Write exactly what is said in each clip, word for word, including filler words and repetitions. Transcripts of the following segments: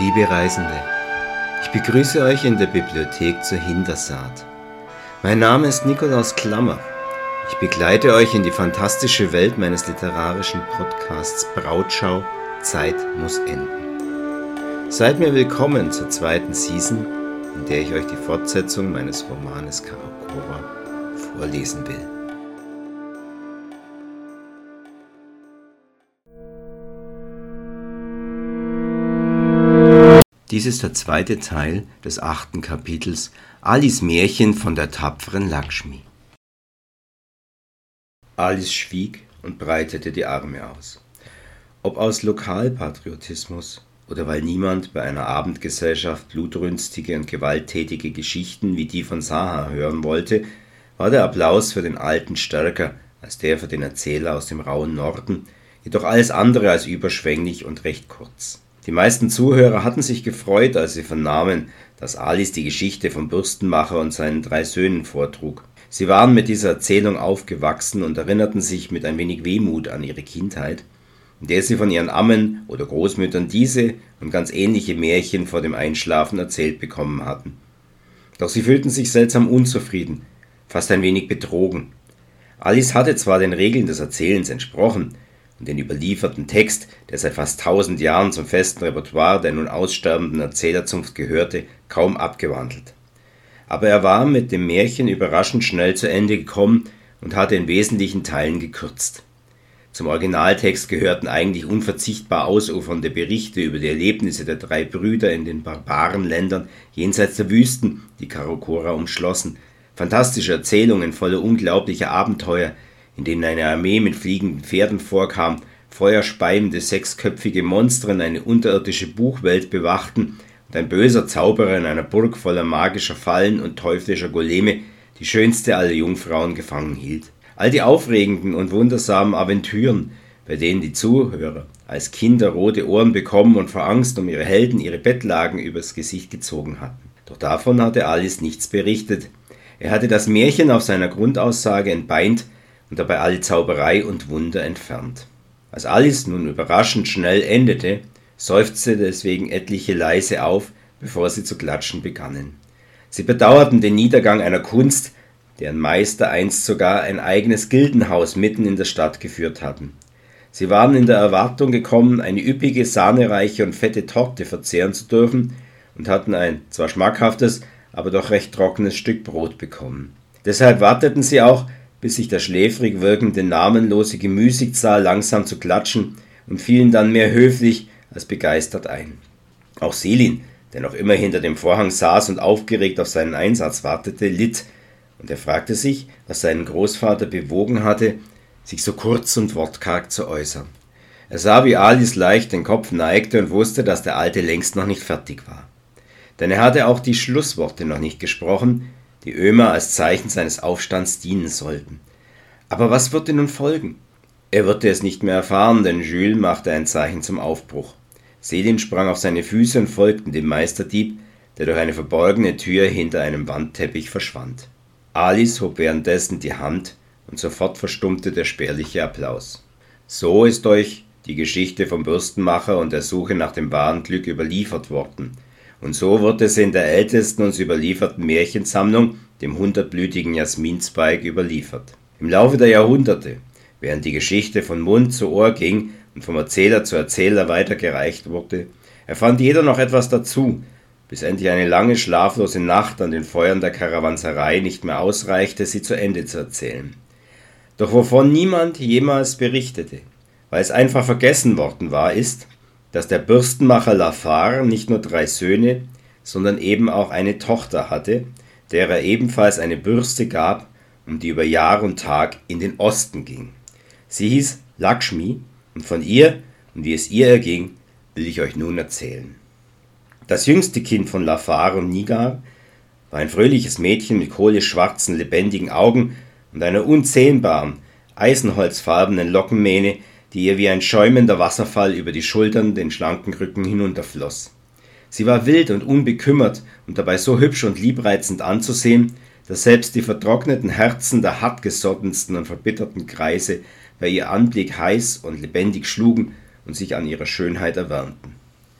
Liebe Reisende, ich begrüße euch in der Bibliothek zur Hintersaat. Mein Name ist Nikolaus Klammer. Ich begleite euch in die fantastische Welt meines literarischen Podcasts Brautschau – Zeit muss enden. Seid mir willkommen zur zweiten Season, in der ich euch die Fortsetzung meines Romanes Karakora vorlesen will. Dies ist der zweite Teil des achten Kapitels Alis Märchen von der tapferen Lakshmi. Alice schwieg und breitete die Arme aus. Ob aus Lokalpatriotismus oder weil niemand bei einer Abendgesellschaft blutrünstige und gewalttätige Geschichten wie die von Saha hören wollte, war der Applaus für den Alten stärker als der für den Erzähler aus dem rauen Norden, jedoch alles andere als überschwänglich und recht kurz. Die meisten Zuhörer hatten sich gefreut, als sie vernahmen, dass Alice die Geschichte vom Bürstenmacher und seinen drei Söhnen vortrug. Sie waren mit dieser Erzählung aufgewachsen und erinnerten sich mit ein wenig Wehmut an ihre Kindheit, in der sie von ihren Ammen oder Großmüttern diese und ganz ähnliche Märchen vor dem Einschlafen erzählt bekommen hatten. Doch sie fühlten sich seltsam unzufrieden, fast ein wenig betrogen. Alice hatte zwar den Regeln des Erzählens entsprochen und den überlieferten Text, der seit fast tausend Jahren zum festen Repertoire der nun aussterbenden Erzählerzunft gehörte, kaum abgewandelt. Aber er war mit dem Märchen überraschend schnell zu Ende gekommen und hatte in wesentlichen Teilen gekürzt. Zum Originaltext gehörten eigentlich unverzichtbar ausufernde Berichte über die Erlebnisse der drei Brüder in den Barbarenländern jenseits der Wüsten, die Karakora umschlossen, fantastische Erzählungen voller unglaublicher Abenteuer, in denen eine Armee mit fliegenden Pferden vorkam, feuerspeiende sechsköpfige Monstren eine unterirdische Buchwelt bewachten und ein böser Zauberer in einer Burg voller magischer Fallen und teuflischer Goleme die schönste aller Jungfrauen gefangen hielt. All die aufregenden und wundersamen Aventüren, bei denen die Zuhörer als Kinder rote Ohren bekommen und vor Angst um ihre Helden ihre Bettlaken übers Gesicht gezogen hatten. Doch davon hatte Alice nichts berichtet. Er hatte das Märchen auf seiner Grundaussage entbeint und dabei alle Zauberei und Wunder entfernt. Als Alice nun überraschend schnell endete, seufzte deswegen etliche leise auf, bevor sie zu klatschen begannen. Sie bedauerten den Niedergang einer Kunst, deren Meister einst sogar ein eigenes Gildenhaus mitten in der Stadt geführt hatten. Sie waren in der Erwartung gekommen, eine üppige, sahnereiche und fette Torte verzehren zu dürfen und hatten ein zwar schmackhaftes, aber doch recht trockenes Stück Brot bekommen. Deshalb warteten sie auch, bis sich der schläfrig wirkende, namenlose Gemüsig sah, langsam zu klatschen und fielen dann mehr höflich als begeistert ein. Auch Selin, der noch immer hinter dem Vorhang saß und aufgeregt auf seinen Einsatz wartete, litt, und er fragte sich, was seinen Großvater bewogen hatte, sich so kurz und wortkarg zu äußern. Er sah, wie Alice leicht den Kopf neigte und wusste, dass der Alte längst noch nicht fertig war. Denn er hatte auch die Schlussworte noch nicht gesprochen, die Ömer als Zeichen seines Aufstands dienen sollten. Aber was würde nun folgen? Er würde es nicht mehr erfahren, denn Jules machte ein Zeichen zum Aufbruch. Selin sprang auf seine Füße und folgten dem Meisterdieb, der durch eine verborgene Tür hinter einem Wandteppich verschwand. Alice hob währenddessen die Hand und sofort verstummte der spärliche Applaus. So ist euch die Geschichte vom Bürstenmacher und der Suche nach dem wahren Glück überliefert worden. Und so wird es in der ältesten uns überlieferten Märchensammlung, dem hundertblütigen Jasminzweig, überliefert. Im Laufe der Jahrhunderte, während die Geschichte von Mund zu Ohr ging und vom Erzähler zu Erzähler weitergereicht wurde, erfand jeder noch etwas dazu, bis endlich eine lange schlaflose Nacht an den Feuern der Karawanserei nicht mehr ausreichte, sie zu Ende zu erzählen. Doch wovon niemand jemals berichtete, weil es einfach vergessen worden war, ist, dass der Bürstenmacher Lafar nicht nur drei Söhne, sondern eben auch eine Tochter hatte, der er ebenfalls eine Bürste gab, um die über Jahr und Tag in den Osten ging. Sie hieß Lakshmi, und von ihr und wie es ihr erging, will ich euch nun erzählen. Das jüngste Kind von Lafar und Nigar war ein fröhliches Mädchen mit kohlschwarzen, lebendigen Augen und einer unzähmbaren, eisenholzfarbenen Lockenmähne, die ihr wie ein schäumender Wasserfall über die Schultern den schlanken Rücken hinunterfloss. Sie war wild und unbekümmert und dabei so hübsch und liebreizend anzusehen, dass selbst die vertrockneten Herzen der hartgesottensten und verbitterten Greise bei ihr Anblick heiß und lebendig schlugen und sich an ihrer Schönheit erwärmten.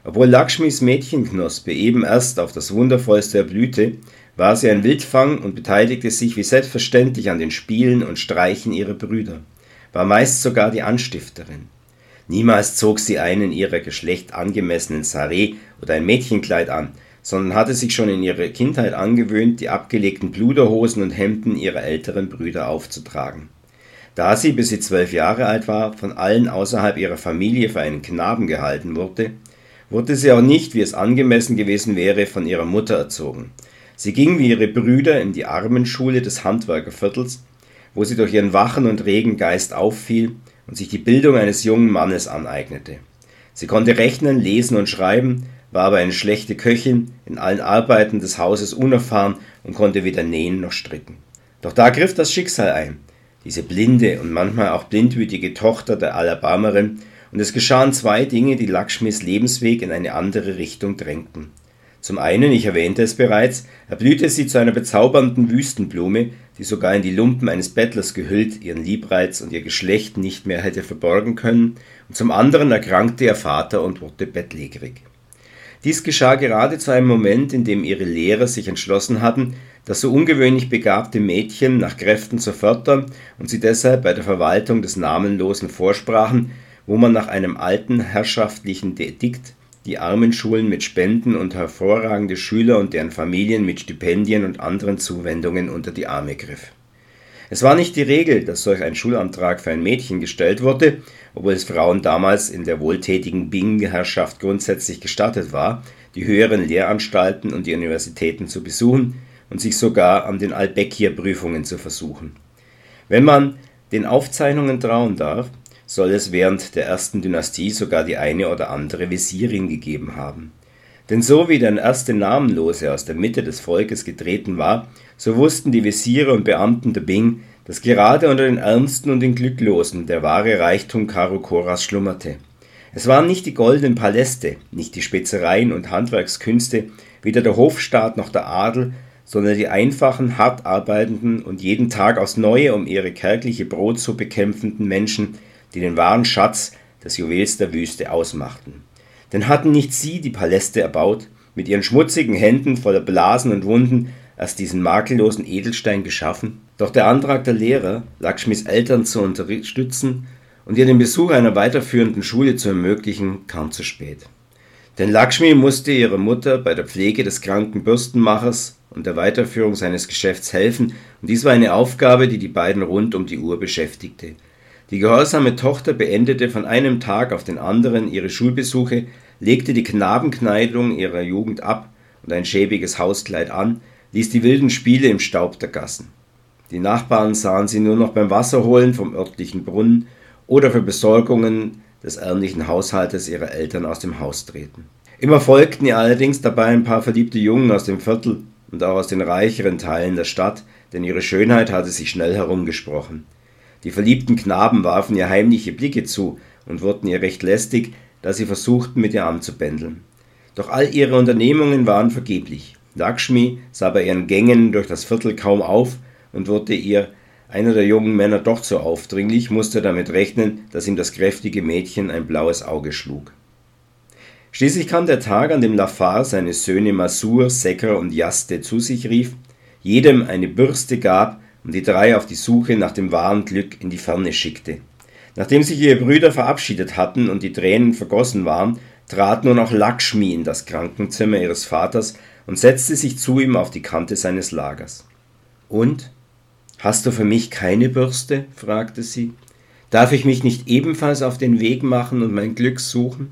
Obwohl Lakshmis Mädchenknospe eben erst auf das Wundervollste erblühte, war sie ein Wildfang und beteiligte sich wie selbstverständlich an den Spielen und Streichen ihrer Brüder, war meist sogar die Anstifterin. Niemals zog sie einen ihrer Geschlecht angemessenen Saree oder ein Mädchenkleid an, sondern hatte sich schon in ihrer Kindheit angewöhnt, die abgelegten Pluderhosen und Hemden ihrer älteren Brüder aufzutragen. Da sie, bis sie zwölf Jahre alt war, von allen außerhalb ihrer Familie für einen Knaben gehalten wurde, wurde sie auch nicht, wie es angemessen gewesen wäre, von ihrer Mutter erzogen. Sie ging wie ihre Brüder in die Armenschule des Handwerkerviertels, wo sie durch ihren wachen und regen Geist auffiel und sich die Bildung eines jungen Mannes aneignete. Sie konnte rechnen, lesen und schreiben, war aber eine schlechte Köchin, in allen Arbeiten des Hauses unerfahren und konnte weder nähen noch stricken. Doch da griff das Schicksal ein, diese blinde und manchmal auch blindwütige Tochter der Alabamarin, und es geschahen zwei Dinge, die Lakshmis Lebensweg in eine andere Richtung drängten. Zum einen, ich erwähnte es bereits, erblühte sie zu einer bezaubernden Wüstenblume, die sogar in die Lumpen eines Bettlers gehüllt ihren Liebreiz und ihr Geschlecht nicht mehr hätte verborgen können, und zum anderen erkrankte ihr Vater und wurde bettlägerig. Dies geschah gerade zu einem Moment, in dem ihre Lehrer sich entschlossen hatten, das so ungewöhnlich begabte Mädchen nach Kräften zu fördern und sie deshalb bei der Verwaltung des Namenlosen vorsprachen, wo man nach einem alten herrschaftlichen Edikt die Armenschulen mit Spenden und hervorragende Schüler und deren Familien mit Stipendien und anderen Zuwendungen unter die Arme griff. Es war nicht die Regel, dass solch ein Schulantrag für ein Mädchen gestellt wurde, obwohl es Frauen damals in der wohltätigen Bing-Herrschaft grundsätzlich gestattet war, die höheren Lehranstalten und die Universitäten zu besuchen und sich sogar an den Al-Bekir-Prüfungen zu versuchen. Wenn man den Aufzeichnungen trauen darf, soll es während der ersten Dynastie sogar die eine oder andere Visirin gegeben haben. Denn so wie der erste Namenlose aus der Mitte des Volkes getreten war, so wussten die Wesire und Beamten der Bing, dass gerade unter den Ärmsten und den Glücklosen der wahre Reichtum Karakoras schlummerte. Es waren nicht die goldenen Paläste, nicht die Spezereien und Handwerkskünste, weder der Hofstaat noch der Adel, sondern die einfachen, hart arbeitenden und jeden Tag aufs Neue um ihre kärgliche Brotsuppe kämpfenden Menschen, die den wahren Schatz des Juwels der Wüste ausmachten. Denn hatten nicht sie die Paläste erbaut, mit ihren schmutzigen Händen voller Blasen und Wunden erst diesen makellosen Edelstein geschaffen? Doch der Antrag der Lehrer, Lakshmis Eltern zu unterstützen und ihr den Besuch einer weiterführenden Schule zu ermöglichen, kam zu spät. Denn Lakshmi musste ihrer Mutter bei der Pflege des kranken Bürstenmachers und der Weiterführung seines Geschäfts helfen, und dies war eine Aufgabe, die die beiden rund um die Uhr beschäftigte. Die gehorsame Tochter beendete von einem Tag auf den anderen ihre Schulbesuche, legte die Knabenkleidung ihrer Jugend ab und ein schäbiges Hauskleid an, ließ die wilden Spiele im Staub der Gassen. Die Nachbarn sahen sie nur noch beim Wasserholen vom örtlichen Brunnen oder für Besorgungen des ärmlichen Haushaltes ihrer Eltern aus dem Haus treten. Immer folgten ihr allerdings dabei ein paar verliebte Jungen aus dem Viertel und auch aus den reicheren Teilen der Stadt, denn ihre Schönheit hatte sich schnell herumgesprochen. Die verliebten Knaben warfen ihr heimliche Blicke zu und wurden ihr recht lästig, da sie versuchten, mit ihr anzubändeln. Doch all ihre Unternehmungen waren vergeblich. Lakshmi sah bei ihren Gängen durch das Viertel kaum auf und wurde ihr einer der jungen Männer doch zu aufdringlich, musste damit rechnen, dass ihm das kräftige Mädchen ein blaues Auge schlug. Schließlich kam der Tag, an dem Lafar seine Söhne Masur, Sekar und Yaste zu sich rief, jedem eine Bürste gab und die drei auf die Suche nach dem wahren Glück in die Ferne schickte. Nachdem sich ihre Brüder verabschiedet hatten und die Tränen vergossen waren, trat nun auch Lakshmi in das Krankenzimmer ihres Vaters und setzte sich zu ihm auf die Kante seines Lagers. »Und? Hast du für mich keine Bürste?« fragte sie. »Darf ich mich nicht ebenfalls auf den Weg machen und mein Glück suchen?«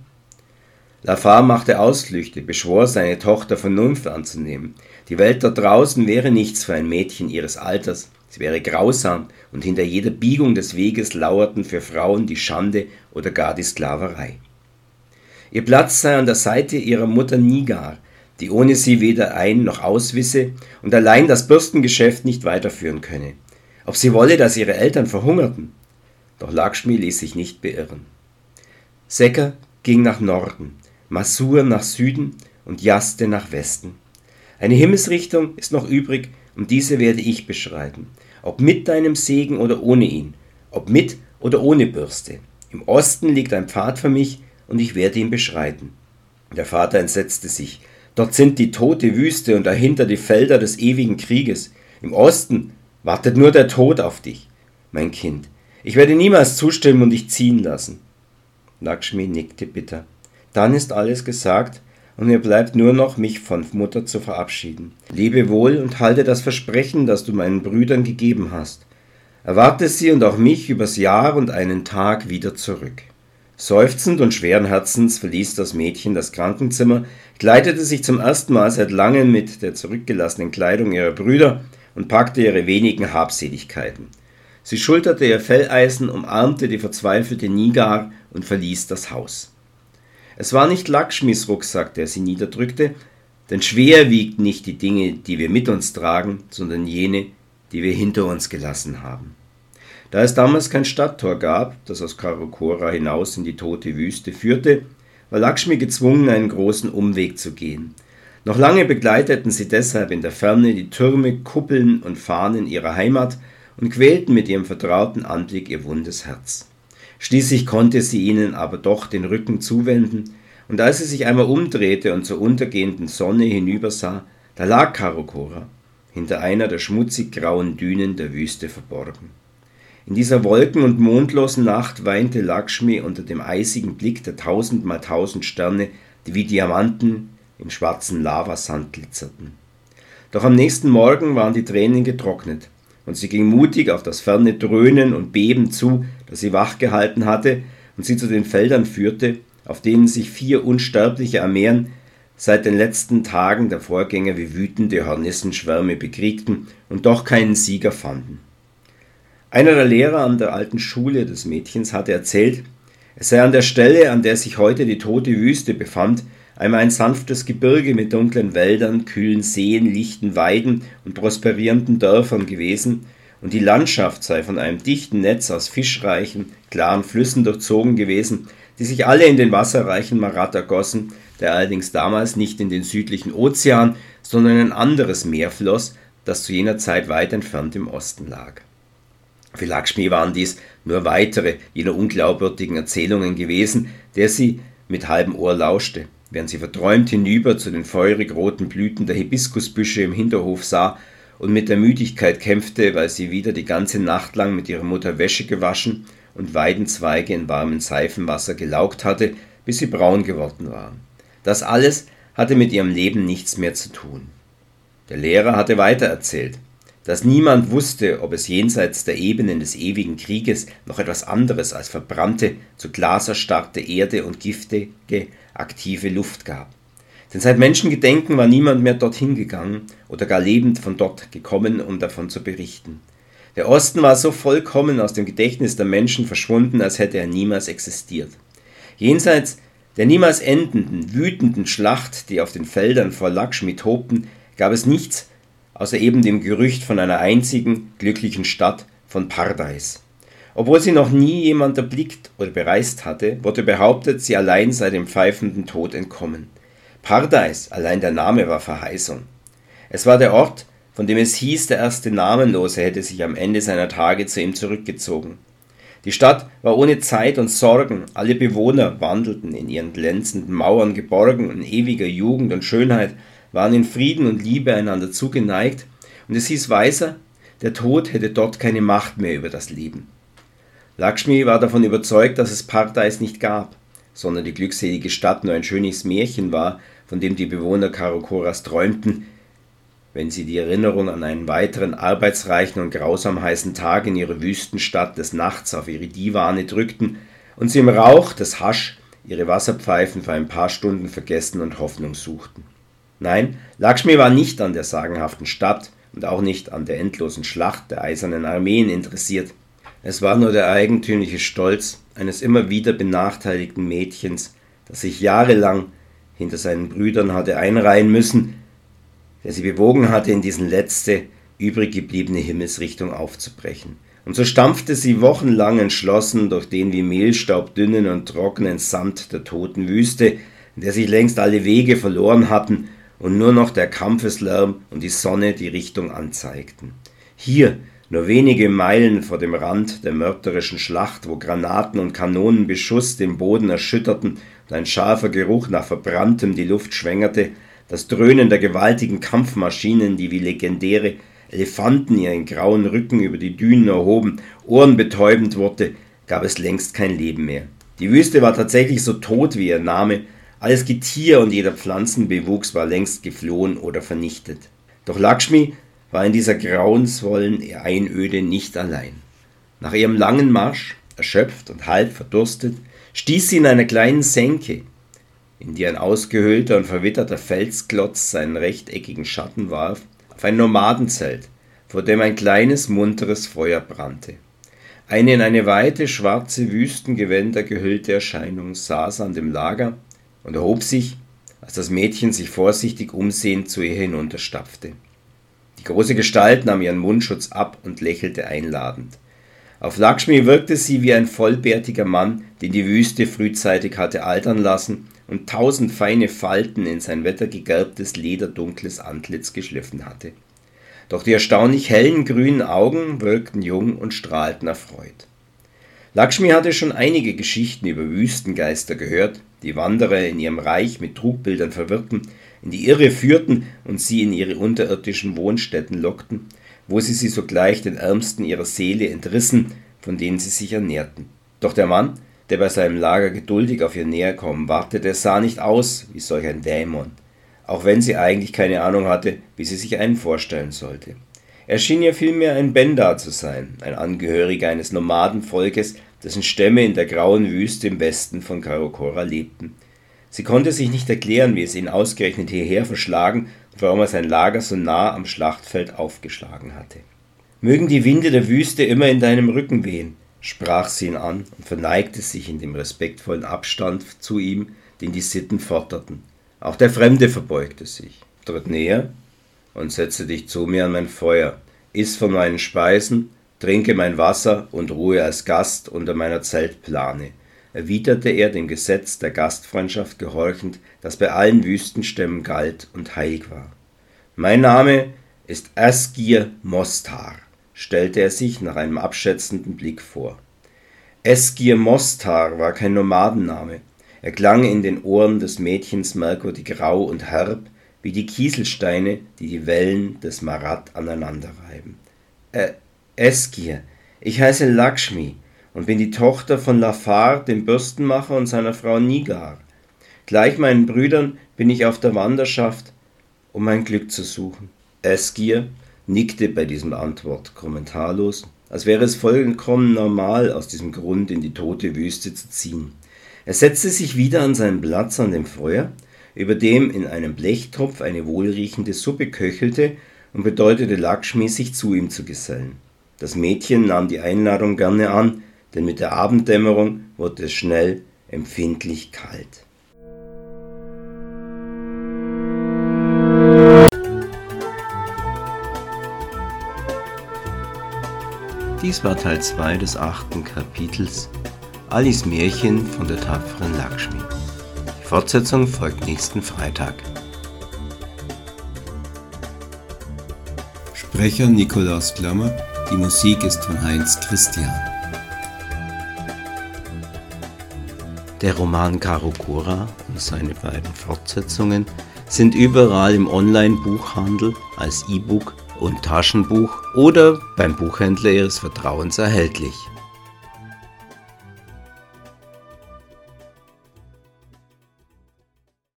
Lafar machte Ausflüchte, beschwor seine Tochter Vernunft anzunehmen. Die Welt da draußen wäre nichts für ein Mädchen ihres Alters. Sie wäre grausam und hinter jeder Biegung des Weges lauerten für Frauen die Schande oder gar die Sklaverei. Ihr Platz sei an der Seite ihrer Mutter Nigar, die ohne sie weder ein- noch auswisse und allein das Bürstengeschäft nicht weiterführen könne. Ob sie wolle, dass ihre Eltern verhungerten? Doch Lakshmi ließ sich nicht beirren. Sekar ging nach Norden, Masur nach Süden und Yaste nach Westen. Eine Himmelsrichtung ist noch übrig und diese werde ich beschreiten, ob mit deinem Segen oder ohne ihn, ob mit oder ohne Bürste. Im Osten liegt ein Pfad für mich und ich werde ihn beschreiten. Der Vater entsetzte sich. Dort sind die tote Wüste und dahinter die Felder des ewigen Krieges. Im Osten wartet nur der Tod auf dich. Mein Kind, ich werde niemals zustimmen und dich ziehen lassen. Lakshmi nickte bitter. Dann ist alles gesagt und mir bleibt nur noch, mich von Mutter zu verabschieden. Lebe wohl und halte das Versprechen, das du meinen Brüdern gegeben hast. Erwarte sie und auch mich übers Jahr und einen Tag wieder zurück. Seufzend und schweren Herzens verließ das Mädchen das Krankenzimmer, kleidete sich zum ersten Mal seit langem mit der zurückgelassenen Kleidung ihrer Brüder und packte ihre wenigen Habseligkeiten. Sie schulterte ihr Felleisen, umarmte die verzweifelte Nigar und verließ das Haus. Es war nicht Lakshmis Rucksack, der sie niederdrückte, denn schwer wiegt nicht die Dinge, die wir mit uns tragen, sondern jene, die wir hinter uns gelassen haben. Da es damals kein Stadttor gab, das aus Karakora hinaus in die tote Wüste führte, war Lakshmi gezwungen, einen großen Umweg zu gehen. Noch lange begleiteten sie deshalb in der Ferne die Türme, Kuppeln und Fahnen ihrer Heimat und quälten mit ihrem vertrauten Anblick ihr wundes Herz. Schließlich konnte sie ihnen aber doch den Rücken zuwenden, und als sie sich einmal umdrehte und zur untergehenden Sonne hinübersah, da lag Karakora hinter einer der schmutzig grauen Dünen der Wüste verborgen. In dieser wolken- und mondlosen Nacht weinte Lakshmi unter dem eisigen Blick der tausend mal tausend Sterne, die wie Diamanten im schwarzen Lavasand glitzerten. Doch am nächsten Morgen waren die Tränen getrocknet, und sie ging mutig auf das ferne Dröhnen und Beben zu, das sie wachgehalten hatte und sie zu den Feldern führte, auf denen sich vier unsterbliche Armeen seit den letzten Tagen der Vorgänger wie wütende Hornissenschwärme bekriegten und doch keinen Sieger fanden. Einer der Lehrer an der alten Schule des Mädchens hatte erzählt, es sei an der Stelle, an der sich heute die tote Wüste befand, einmal ein sanftes Gebirge mit dunklen Wäldern, kühlen Seen, lichten Weiden und prosperierenden Dörfern gewesen, und die Landschaft sei von einem dichten Netz aus fischreichen, klaren Flüssen durchzogen gewesen, die sich alle in den wasserreichen Marat ergossen, der allerdings damals nicht in den südlichen Ozean, sondern in ein anderes Meer floss, das zu jener Zeit weit entfernt im Osten lag. Für Lakshmi waren dies nur weitere jener unglaubwürdigen Erzählungen gewesen, der sie mit halbem Ohr lauschte, während sie verträumt hinüber zu den feurig roten Blüten der Hibiskusbüsche im Hinterhof sah und mit der Müdigkeit kämpfte, weil sie wieder die ganze Nacht lang mit ihrer Mutter Wäsche gewaschen und Weidenzweige in warmem Seifenwasser gelaugt hatte, bis sie braun geworden waren. Das alles hatte mit ihrem Leben nichts mehr zu tun. Der Lehrer hatte weitererzählt, dass niemand wusste, ob es jenseits der Ebenen des ewigen Krieges noch etwas anderes als verbrannte, zu Glas erstarrte Erde und giftige, aktive Luft gab. Denn seit Menschengedenken war niemand mehr dorthin gegangen oder gar lebend von dort gekommen, um davon zu berichten. Der Osten war so vollkommen aus dem Gedächtnis der Menschen verschwunden, als hätte er niemals existiert. Jenseits der niemals endenden, wütenden Schlacht, die auf den Feldern vor Lakshmi tobten, gab es nichts außer eben dem Gerücht von einer einzigen, glücklichen Stadt, von Pardeis. Obwohl sie noch nie jemand erblickt oder bereist hatte, wurde behauptet, sie allein sei dem pfeifenden Tod entkommen. Pardeis, allein der Name war Verheißung. Es war der Ort, von dem es hieß, der erste Namenlose hätte sich am Ende seiner Tage zu ihm zurückgezogen. Die Stadt war ohne Zeit und Sorgen, alle Bewohner wandelten in ihren glänzenden Mauern geborgen in ewiger Jugend und Schönheit, waren in Frieden und Liebe einander zugeneigt, und es hieß weiter, der Tod hätte dort keine Macht mehr über das Leben. Lakshmi war davon überzeugt, dass es Pardeis nicht gab, sondern die glückselige Stadt nur ein schönes Märchen war, von dem die Bewohner Karakoras träumten, wenn sie die Erinnerung an einen weiteren arbeitsreichen und grausam heißen Tag in ihre Wüstenstadt des Nachts auf ihre Divane drückten und sie im Rauch des Hasch ihre Wasserpfeifen für ein paar Stunden vergessen und Hoffnung suchten. Nein, Lakshmi war nicht an der sagenhaften Stadt und auch nicht an der endlosen Schlacht der eisernen Armeen interessiert. Es war nur der eigentümliche Stolz eines immer wieder benachteiligten Mädchens, das sich jahrelang hinter seinen Brüdern hatte einreihen müssen, der sie bewogen hatte, in diese letzte, übrig gebliebene Himmelsrichtung aufzubrechen. Und so stampfte sie wochenlang entschlossen durch den wie Mehlstaub dünnen und trockenen Sand der toten Wüste, in der sich längst alle Wege verloren hatten und nur noch der Kampfeslärm und die Sonne die Richtung anzeigten. Hier, Nur wenige Meilen vor dem Rand der mörderischen Schlacht, wo Granaten und Kanonenbeschuss den Boden erschütterten und ein scharfer Geruch nach Verbranntem die Luft schwängerte, das Dröhnen der gewaltigen Kampfmaschinen, die wie legendäre Elefanten ihren grauen Rücken über die Dünen erhoben, ohrenbetäubend wurde, gab es längst kein Leben mehr. Die Wüste war tatsächlich so tot wie ihr Name, alles Getier und jeder Pflanzenbewuchs war längst geflohen oder vernichtet. Doch Lakshmi war in dieser grauenvollen Einöde nicht allein. Nach ihrem langen Marsch, erschöpft und halb verdurstet, stieß sie in einer kleinen Senke, in die ein ausgehöhlter und verwitterter Felsklotz seinen rechteckigen Schatten warf, auf ein Nomadenzelt, vor dem ein kleines, munteres Feuer brannte. Eine in eine weite, schwarze Wüstengewänder gehüllte Erscheinung saß an dem Lager und erhob sich, als das Mädchen sich vorsichtig umsehend zu ihr hinunterstapfte. Die große Gestalt nahm ihren Mundschutz ab und lächelte einladend. Auf Lakshmi wirkte sie wie ein vollbärtiger Mann, den die Wüste frühzeitig hatte altern lassen und tausend feine Falten in sein wettergegerbtes, lederdunkles Antlitz geschliffen hatte. Doch die erstaunlich hellen, grünen Augen wirkten jung und strahlten erfreut. Lakshmi hatte schon einige Geschichten über Wüstengeister gehört, die Wanderer in ihrem Reich mit Trugbildern verwirrten, in die Irre führten und sie in ihre unterirdischen Wohnstätten lockten, wo sie sie sogleich den Ärmsten ihrer Seele entrissen, von denen sie sich ernährten. Doch der Mann, der bei seinem Lager geduldig auf ihr Näherkommen wartete, sah nicht aus wie solch ein Dämon, auch wenn sie eigentlich keine Ahnung hatte, wie sie sich einen vorstellen sollte. Er schien ihr vielmehr ein Benda zu sein, ein Angehöriger eines Nomadenvolkes, dessen Stämme in der grauen Wüste im Westen von Karakora lebten. Sie konnte sich nicht erklären, wie es ihn ausgerechnet hierher verschlagen und warum er sein Lager so nah am Schlachtfeld aufgeschlagen hatte. »Mögen die Winde der Wüste immer in deinem Rücken wehen«, sprach sie ihn an und verneigte sich in dem respektvollen Abstand zu ihm, den die Sitten forderten. Auch der Fremde verbeugte sich. »Tritt näher und setze dich zu mir an mein Feuer, iss von meinen Speisen, trinke mein Wasser und ruhe als Gast unter meiner Zeltplane«, erwiderte er dem Gesetz der Gastfreundschaft gehorchend, das bei allen Wüstenstämmen galt und heilig war. »Mein Name ist Asgir Mostar«, stellte er sich nach einem abschätzenden Blick vor. Asgir Mostar war kein Nomadenname. Er klang in den Ohren des Mädchens merkwürdig grau und herb, wie die Kieselsteine, die die Wellen des Marat aneinanderreiben. Äh, Asgir, ich heiße Lakshmi und bin die Tochter von Lafar, dem Bürstenmacher, und seiner Frau Nigar. Gleich meinen Brüdern bin ich auf der Wanderschaft, um mein Glück zu suchen. Asgir nickte bei diesem Antwort kommentarlos, als wäre es vollkommen normal, aus diesem Grund in die tote Wüste zu ziehen. Er setzte sich wieder an seinen Platz an dem Feuer, über dem in einem Blechtopf eine wohlriechende Suppe köchelte, und bedeutete Lakshmi, sich zu ihm zu gesellen. Das Mädchen nahm die Einladung gerne an, denn mit der Abenddämmerung wurde es schnell empfindlich kalt. Dies war Teil zwei des achten Kapitels Alis Märchen von der tapferen Lakshmi. Die Fortsetzung folgt nächsten Freitag. Sprecher Nikolaus Klammer, die Musik ist von Heinz Christian. Der Roman Karakora und seine beiden Fortsetzungen sind überall im Online-Buchhandel als E-Book und Taschenbuch oder beim Buchhändler Ihres Vertrauens erhältlich.